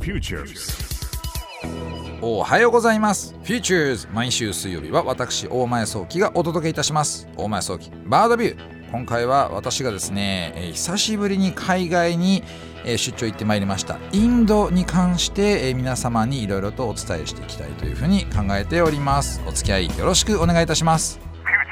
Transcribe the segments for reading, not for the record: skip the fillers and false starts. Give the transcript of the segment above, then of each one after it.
おはようございます。 Futures 毎週水曜日は私大前早期がお届けいたします。大前早期バードビュー。今回は私がですね、久しぶりに海外に出張行ってまいりましたインドに関して皆様にいろいろとお伝えしていきたいというふうに考えております。お付き合いよろしくお願いいたします。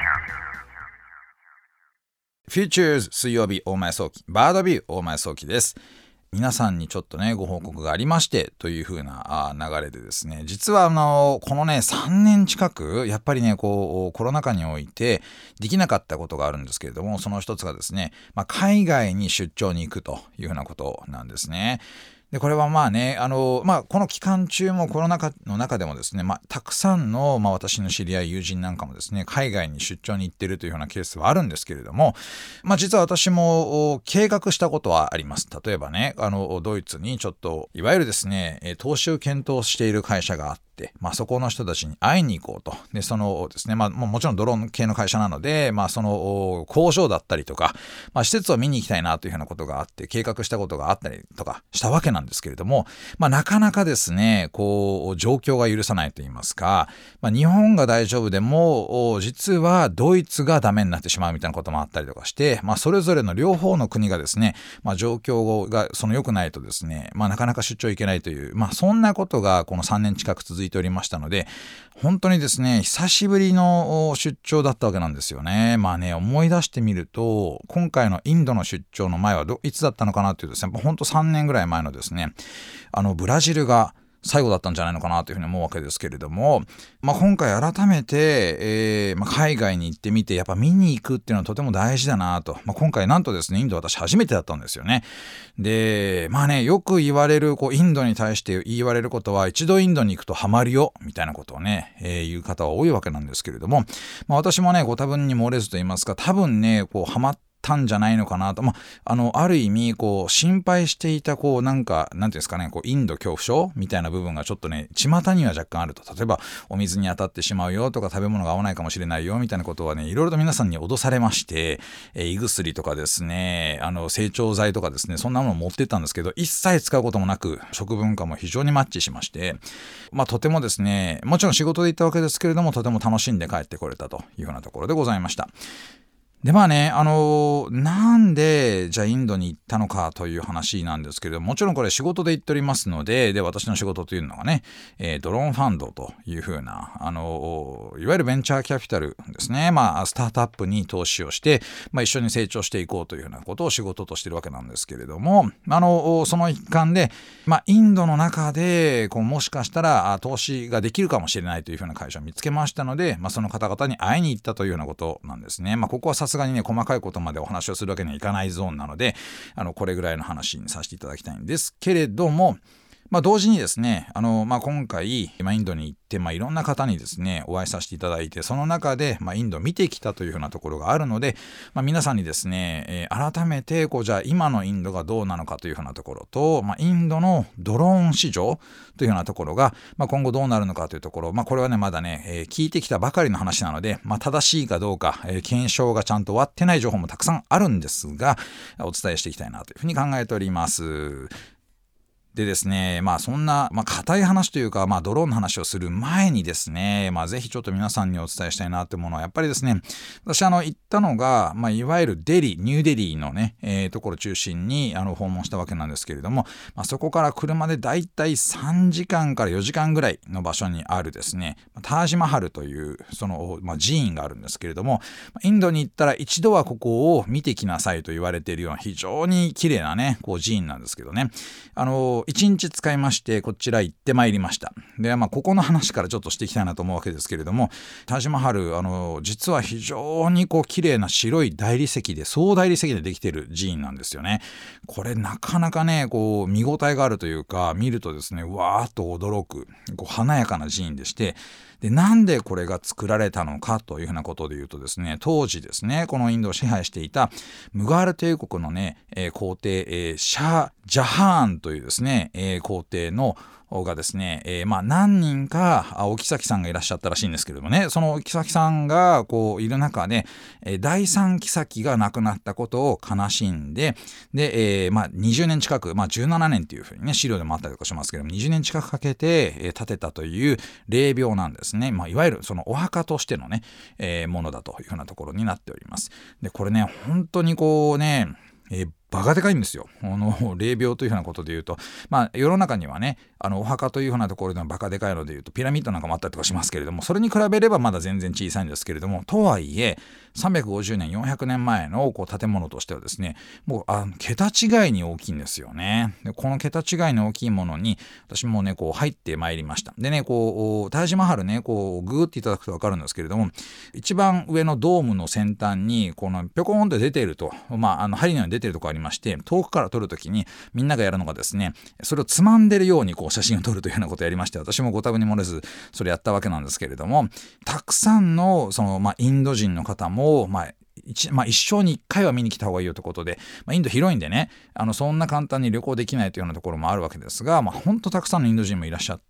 Futures 水曜日大前早期バードビュー大前早期です。皆さんにちょっとねご報告がありましてという風な流れでですね、実はこのね3年近くやっぱりねコロナ禍においてできなかったことがあるんですけれども、その一つがですね、海外に出張に行くという風なことなんですね。でこれはこの期間中もコロナ禍の中でもですね、たくさんの、私の知り合い友人なんかもですね海外に出張に行っているというようなケースはあるんですけれども、実は私も計画したことはあります。例えばねドイツにちょっといわゆるですね投資を検討している会社があって、そこの人たちに会いに行こうと。でそのですね、もちろんドローン系の会社なので、その工場だったりとか、施設を見に行きたいなというふうなことがあって計画したことがあったりとかしたわけなんですけれども、なかなかですね状況が許さないといいますか、日本が大丈夫でも実はドイツがダメになってしまうみたいなこともあったりとかして、それぞれの両方の国がですね、状況が良くないとですね、なかなか出張行けないという、そんなことがこの3年近く続いておりましたので、本当にですね久しぶりの出張だったわけなんですよね。思い出してみると今回のインドの出張の前はいつだったのかなというとですね、本当3年ぐらい前のですねブラジルが最後だったんじゃないのかなというふうに思うわけですけれども、今回改めて、海外に行ってみてやっぱ見に行くっていうのはとても大事だなと。今回なんとですねインド私初めてだったんですよね。でよく言われるインドに対して言われることは、一度インドに行くとハマるよみたいなことをね、言う方は多いわけなんですけれども、私もねご多分に漏れずと言いますか、多分ねハマったんじゃないのかなと。ある意味心配していたなんていうんですかねインド恐怖症みたいな部分がちょっとね巷には若干あると。例えばお水に当たってしまうよとか食べ物が合わないかもしれないよみたいなことはねいろいろと皆さんに脅されまして、胃薬とかですね整腸剤とかですね、そんなものを持ってったんですけど、一切使うこともなく食文化も非常にマッチしまして、とてもですね、もちろん仕事で行ったわけですけれどもとても楽しんで帰ってこれたというようなところでございました。でなんでじゃあインドに行ったのかという話なんですけれども、もちろんこれ仕事で行っておりますので、私の仕事というのがね、ドローンファンドというふうないわゆるベンチャーキャピタルですね、スタートアップに投資をして、一緒に成長していこうというようなことを仕事としているわけなんですけれども、その一環で、インドの中でもしかしたら投資ができるかもしれないというふうな会社を見つけましたので、その方々に会いに行ったというようなことなんですね。ここはさすがにね細かいことまでお話をするわけにはいかないゾーンなので、これぐらいの話にさせていただきたいんですけれども、同時にですね今回インドに行っていろんな方にですねお会いさせていただいて、その中でインドを見てきたというふうなところがあるので、皆さんにですね、改めてじゃあ今のインドがどうなのかというふうなところと、インドのドローン市場というようなところが、今後どうなるのかというところ、これはねまだね、聞いてきたばかりの話なので、正しいかどうか、検証がちゃんと終わってない情報もたくさんあるんですが、お伝えしていきたいなというふうに考えております。でですね、そんな、硬い話というか、ドローンの話をする前にですね、ぜひちょっと皆さんにお伝えしたいなというものは、やっぱりですね、私行ったのが、いわゆるニューデリーのね、ところ中心に訪問したわけなんですけれども、そこから車でだいたい3時間から4時間ぐらいの場所にあるですね、タージマハルというその、寺院があるんですけれども、インドに行ったら一度はここを見てきなさいと言われているような非常に綺麗なね寺院なんですけどね、1日使いましてこちら行ってまいりました。でここの話からちょっとしていきたいなと思うわけですけれども、タージマハル実は非常に綺麗な白い大理石で総大理石でできている寺院なんですよね。これなかなかね見応えがあるというか、見るとですねわーっと驚く華やかな寺院でして、でなんでこれが作られたのかというふうなことで言うとですね、当時ですねこのインドを支配していたムガール帝国のね皇帝、シャー・ジャハーンというですねね、皇帝のがですね、何人かお妃さんがいらっしゃったらしいんですけれどもね、そのお妃さんがいる中で、第三妃が亡くなったことを悲しんで、で、20年近く、17年というふうにね、資料でもあったりとかしますけれども、20年近くかけて、建てたという霊廟なんですね。いわゆるそのお墓としてのね、ものだというふうなところになっております。で、これね、本当にバカでかいんですよ。霊廟というふうなことで言うと、世の中にはね、お墓というふうなところでのバカでかいので言うと、ピラミッドなんかもあったりとかしますけれども、それに比べればまだ全然小さいんですけれども、とはいえ、350年、400年前の建物としてはですね、もう桁違いに大きいんですよね。でこの桁違いの大きいものに、私もね、入ってまいりました。でね、タージマハルね、グーっていただくと分かるんですけれども、一番上のドームの先端に、ぴょこーんと出ていると、針のように出ているところありまして、遠くから撮るときにみんながやるのがですね、それをつまんでるように写真を撮るというようなことをやりまして、私もご多分に漏れずそれやったわけなんですけれども、たくさんのインド人の方も一生に一回は見に来た方がいいよということで、インド広いんでね、そんな簡単に旅行できないというようなところもあるわけですが、本当たくさんのインド人もいらっしゃって、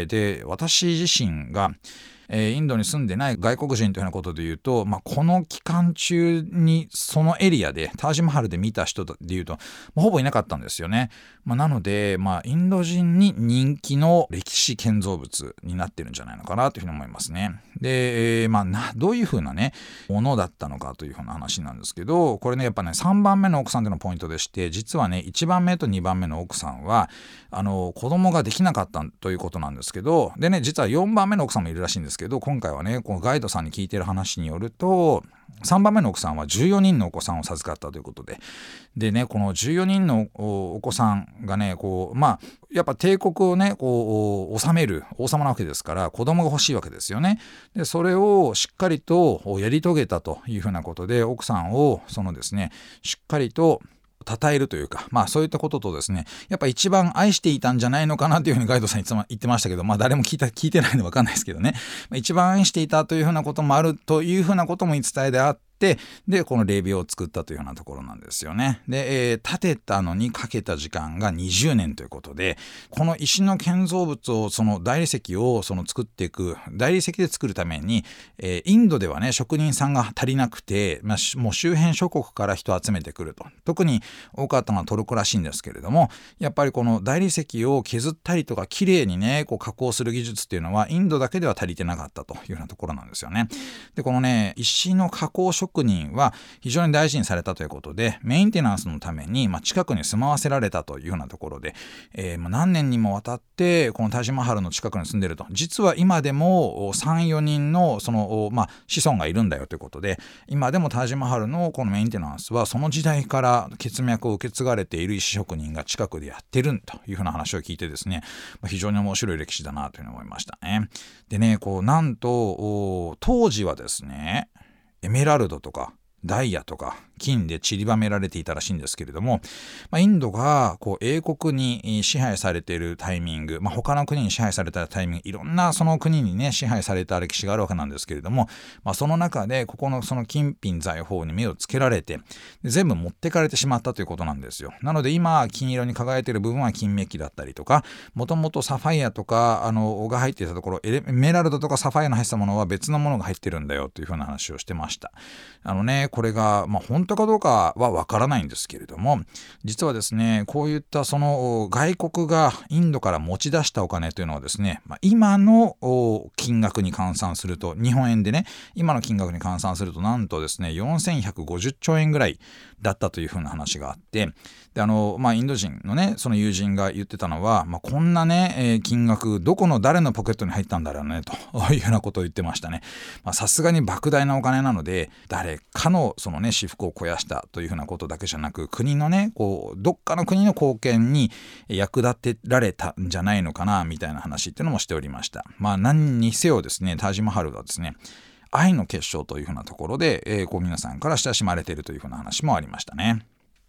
で私自身がインドに住んでない外国人というようなことで言うと、この期間中にそのエリアでタージマハルで見た人で言うとほぼいなかったんですよね。なので、インド人に人気の歴史建造物になってるんじゃないのかなというふうに思いますね。で、どういうふうなねものだったのかというふうな話なんですけど、これねやっぱね3番目の奥さんというのがポイントでして、実はね1番目と2番目の奥さんは子供ができなかったということなんですけど、でね実は4番目の奥さんもいるらしいんですけど、今回はねこのガイドさんに聞いてる話によると、3番目の奥さんは14人のお子さんを授かったということでね、この14人のお子さんがねやっぱ帝国をね治める王様なわけですから、子供が欲しいわけですよね。でそれをしっかりとやり遂げたというふうなことで、奥さんをですねしっかりと称えるというか、そういったこととですね、やっぱ一番愛していたんじゃないのかなというふうにガイドさんいつも言ってましたけど、誰も聞いてないので分かんないですけどね、一番愛していたというふうなこともあるというふうなことも言い伝えであって、でこの霊廟を作ったというようなところなんですよね。で、建てたのにかけた時間が20年ということで、この石の建造物を大理石を作っていく、大理石で作るために、インドではね職人さんが足りなくて、もう周辺諸国から人を集めてくると。特に多かったのはトルコらしいんですけれども、やっぱりこの大理石を削ったりとか綺麗にね加工する技術っていうのはインドだけでは足りてなかったというようなところなんですよね。でこのね石の加工職人は非常に大事にされたということで、メインテナンスのために近くに住まわせられたというようなところで、何年にもわたってこのタージマハルの近くに住んでると。実は今でも 3,4 人の子孫がいるんだよということで、今でもタージマハルのこのメインテナンスはその時代から血脈を受け継がれている石職人が近くでやってるというふうな話を聞いてですね、非常に面白い歴史だなというふうに思いましたね。でねなんと当時はですねエメラルドとかダイヤとか金で散りばめられていたらしいんですけれども、インドが英国に支配されているタイミング、他の国に支配されたタイミング、いろんなその国にね支配された歴史があるわけなんですけれども、その中でここのその金品財宝に目をつけられて、全部持ってかれてしまったということなんですよ。なので今金色に輝いている部分は金メッキだったりとか、もともとサファイアとかが入っていたところ、エメラルドとかサファイアの入ったものは別のものが入ってるんだよというふうな話をしてました。これが本当かどうかはわからないんですけれども、実はですねこういったその外国がインドから持ち出したお金というのはですね、今の金額に換算すると、日本円でね今の金額に換算するとなんとですね4150兆円ぐらいだったというふうな話があって、でインド人のねその友人が言ってたのは、こんなね、金額どこの誰のポケットに入ったんだろうねというようなことを言ってましたね。さすがに莫大なお金なので、誰かのそのね私腹を肥やしたというふうなことだけじゃなく、国のねどっかの国の貢献に役立てられたんじゃないのかなみたいな話っていうのもしておりました。何にせよですね、タージマハルはですね愛の結晶というふうなところで、皆さんから親しまれているというふうな話もありましたね。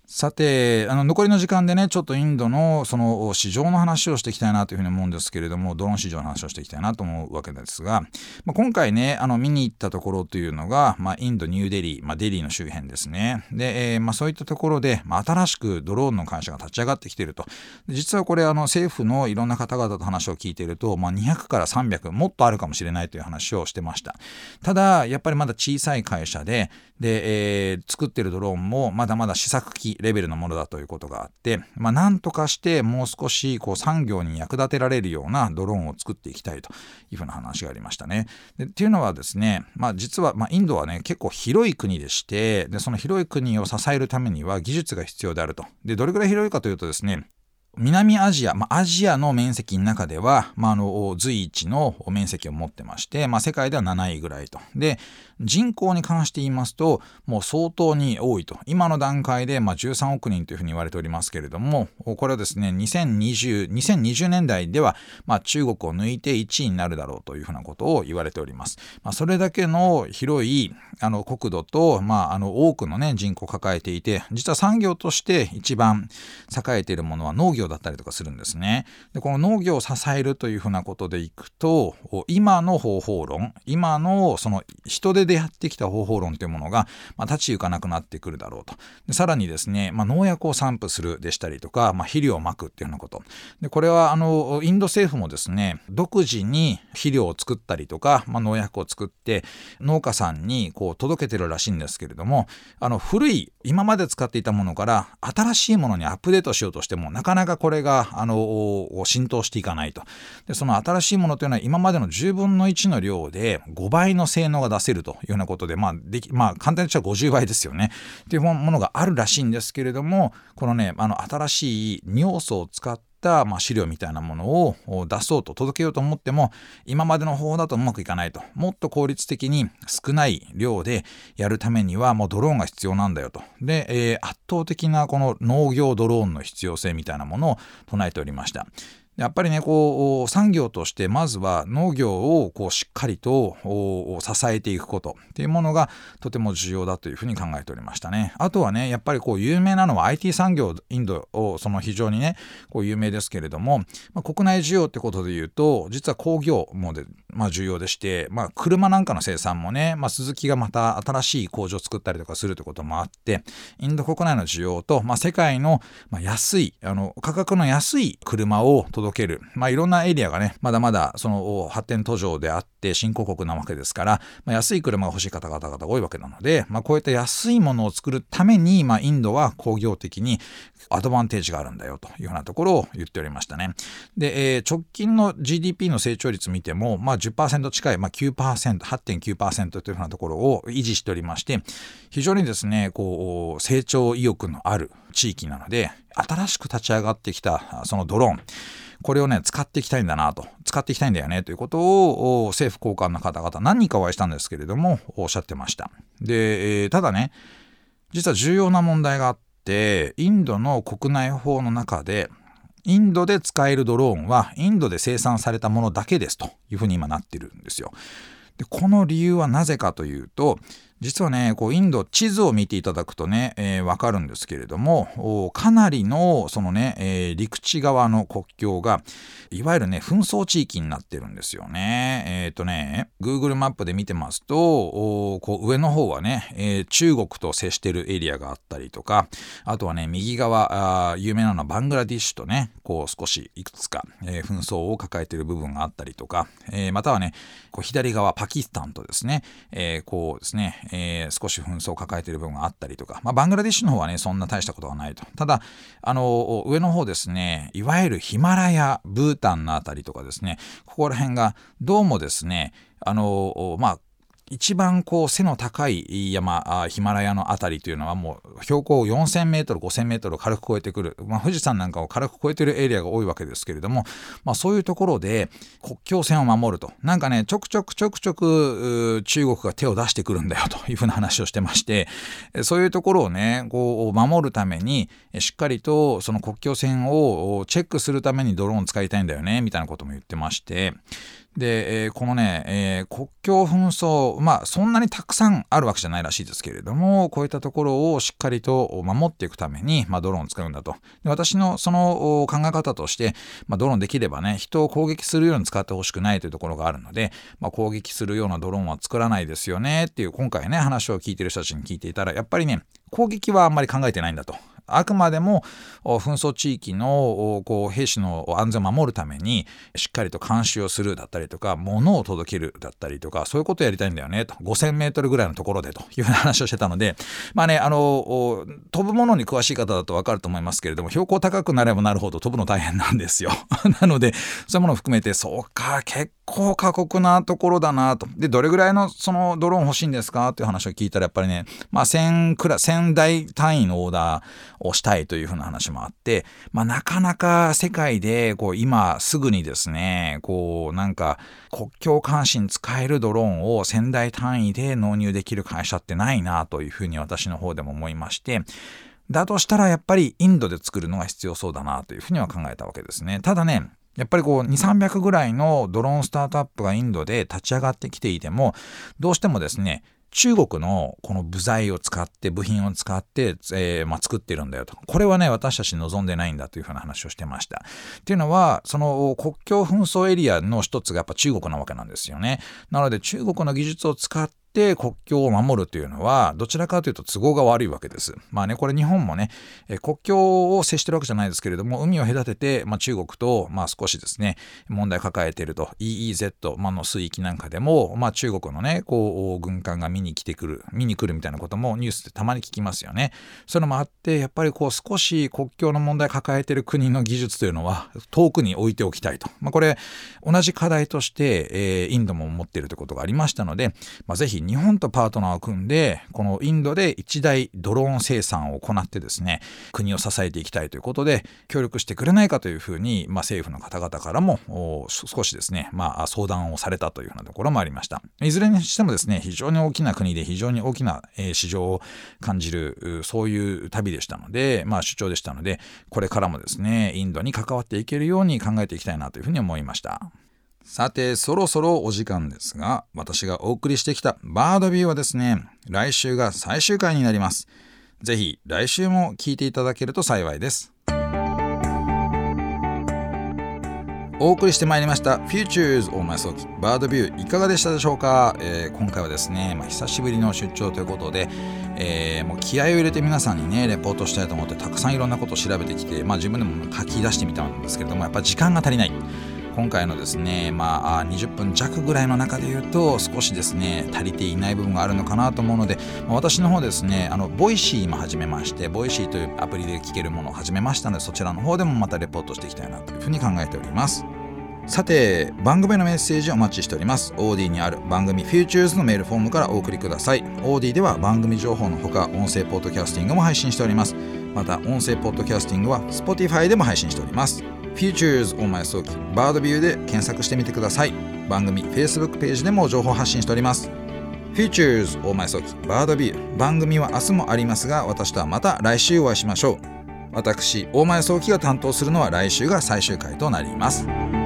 さて、残りの時間でね、ちょっとインドのその市場の話をしていきたいなというふうに思うんですけれども、ドローン市場の話をしていきたいなと思うわけですが、今回ね、見に行ったところというのが、インドニューデリー、デリーの周辺ですね。で、そういったところで、新しくドローンの会社が立ち上がってきていると。実はこれ、政府のいろんな方々と話を聞いていると、200から300、もっとあるかもしれないという話をしてました。ただ、やっぱりまだ小さい会社で、作ってるドローンもまだまだ試作機レベルのものだということがあって、なんとかしてもう少し産業に役立てられるようなドローンを作っていきたいというふうな話がありましたね。っていうのはですね、実は、インドはね結構広い国でして、でその広い国を支えるためには技術が必要であると。でどれぐらい広いかというとですね、南アジア、アジアの面積の中では、随一の面積を持ってまして、世界では7位ぐらいと。で、人口に関して言いますと、もう相当に多いと。今の段階で、13億人というふうに言われておりますけれども、これはですね、2020年代では、中国を抜いて1位になるだろうというふうなことを言われております。それだけの広い国土と、多くのね、人口を抱えていて、実は産業として一番栄えているものは農業だったりとかするんですね。でこの農業を支えるというふうなことでいくと、今の方法論、今のその人手でやってきた方法論というものが、立ち行かなくなってくるだろうと。でさらにですね、農薬を散布するでしたりとか、肥料をまくっていうようなことで、これはインド政府もですね、独自に肥料を作ったりとか、農薬を作って農家さんに届けてるらしいんですけれども、古い今まで使っていたものから新しいものにアップデートしようとしても、なかなかこれが浸透していかないと。でその新しいものというのは今までの10分の1の量で5倍の性能が出せるというようなことで、簡単に言っちゃ50倍ですよねっていうものがあるらしいんですけれども、このね新しい尿素を使った飼料みたいなものを出そうと届けようと思っても、今までの方法だとうまくいかないと。もっと効率的に少ない量でやるためにはもうドローンが必要なんだよと。で、圧倒的なこの農業ドローンの必要性みたいなものを唱えておりました。やっぱりね産業としてまずは農業をしっかりと支えていくことっていうものがとても重要だというふうに考えておりましたね。あとはね、やっぱり有名なのは IT 産業、インド非常にね有名ですけれども、国内需要ってことで言うと、実は工業も重要でして、車なんかの生産もね、スズキがまた新しい工場を作ったりとかするということもあって、インド国内の需要と、世界の安い価格の安い車を届ける、いろんなエリアがねまだまだその発展途上であって新興国なわけですから、安い車が欲しい方々が多いわけなので、こういった安いものを作るために、インドは工業的にアドバンテージがあるんだよというようなところを言っておりましたね。で、直近の GDP の成長率見ても、10% 近い、9%、8.9% というようなところを維持しておりまして、非常にですね成長意欲のある地域なので、新しく立ち上がってきたそのドローン、これをね使っていきたいんだよねということを政府高官の方々何人かお会いしたんですけれどもおっしゃってました。で、ただね、実は重要な問題があって、インドの国内法の中でインドで使えるドローンはインドで生産されたものだけですというふうに今なってるんですよ。でこの理由はなぜかというと、実はねインド地図を見ていただくとね、わかるんですけれども、かなりのそのね、陸地側の国境がいわゆるね紛争地域になってるんですよね。Google マップで見てますと、上の方はね、中国と接してるエリアがあったりとか、あとはね右側有名なのはバングラディッシュとね少しいくつか、紛争を抱えている部分があったりとか、またはね左側パキスタンとですね、ですね少し紛争を抱えている部分があったりとか、バングラディッシュの方はねそんな大したことはないと。ただ上の方ですね、いわゆるヒマラヤ、ブータンのあたりとかですね、ここら辺がどうもですね一番背の高い山、ヒマラヤのあたりというのはもう標高4000メートル、5000メートルを軽く超えてくる、富士山なんかを軽く超えてるエリアが多いわけですけれども、そういうところで国境線を守ると、なんかねちょくちょく中国が手を出してくるんだよというふうな話をしてまして、そういうところをね守るためにしっかりとその国境線をチェックするためにドローンを使いたいんだよねみたいなことも言ってまして、 で、このね、国境紛争、そんなにたくさんあるわけじゃないらしいですけれども、こういったところをしっかりと守っていくために、ドローンを使うんだと。で、私のその考え方として、ドローンできればね、人を攻撃するように使ってほしくないというところがあるので、攻撃するようなドローンは作らないですよねっていう、今回ね、話を聞いてる人たちに聞いていたら、やっぱりね、攻撃はあんまり考えてないんだと。あくまでも紛争地域の兵士の安全を守るためにしっかりと監視をするだったりとか、物を届けるだったりとか、そういうことをやりたいんだよねと。5000メートルぐらいのところでという話をしてたので、飛ぶものに詳しい方だと分かると思いますけれども、標高高くなればなるほど飛ぶの大変なんですよ。なのでそういうものを含めて、そうか、結構過酷なところだなと。で、どれぐらいのそのドローン欲しいんですかっていう話を聞いたら、やっぱりね、1000台単位のオーダーをしたいというふうな話もあって、なかなか世界で今すぐにですね、国境監視に使えるドローンを1000台単位で納入できる会社ってないなというふうに私の方でも思いまして、だとしたらやっぱりインドで作るのが必要そうだなというふうには考えたわけですね。ただね、やっぱり2、300ぐらいのドローンスタートアップがインドで立ち上がってきていても、どうしてもですね、中国のこの部品を使って、作ってるんだよと。これはね、私たち望んでないんだというふうな話をしてました。っていうのは、その国境紛争エリアの一つがやっぱ中国なわけなんですよね。なので中国の技術を使って国境を守るというのはどちらかというと都合が悪いわけです。これ日本もね、国境を接してるわけじゃないですけれども、海を隔てて、中国と少しですね問題抱えていると EEZ、の水域なんかでも、中国のね軍艦が見に来るみたいなこともニュースでたまに聞きますよね。そういうのもあって、やっぱり少し国境の問題抱えている国の技術というのは遠くに置いておきたいと。これ同じ課題として、インドも持っているということがありましたので、ぜひ日本とパートナーを組んで、このインドで一大ドローン生産を行ってですね、国を支えていきたいということで協力してくれないかというふうに、政府の方々からも少しですね、相談をされたというようなところもありました。いずれにしてもですね、非常に大きな国で非常に大きな市場を感じる、そういう旅でしたので、主張でしたので、これからもですね、インドに関わっていけるように考えていきたいなというふうに思いました。さて、そろそろお時間ですが、私がお送りしてきたバードビューはですね、来週が最終回になります。ぜひ来週も聞いていただけると幸いです。お送りしてまいりました Futures 大前早期バードビュー、いかがでしたでしょうか。今回はですね、久しぶりの出張ということで、もう気合を入れて皆さんにねレポートしたいと思って、たくさんいろんなことを調べてきて、自分でも書き出してみたんですけれども、やっぱり時間が足りない。今回のですね、20分弱ぐらいの中で言うと少しですね足りていない部分があるのかなと思うので、私の方ですね、ボイシー今始めまして、ボイシーというアプリで聞けるものを始めましたので、そちらの方でもまたレポートしていきたいなというふうに考えております。さて、番組のメッセージをお待ちしております。 OD にある番組 Futures のメールフォームからお送りください。 OD では番組情報のほか、音声ポッドキャスティングも配信しております。また音声ポッドキャスティングは Spotify でも配信しております。Futures 大前早期バードビューで検索してみてください。番組 Facebook ページでも情報発信しております。 Futures 大前早期バードビュー、番組は明日もありますが、私とはまた来週お会いしましょう。私大前早期が担当するのは来週が最終回となります。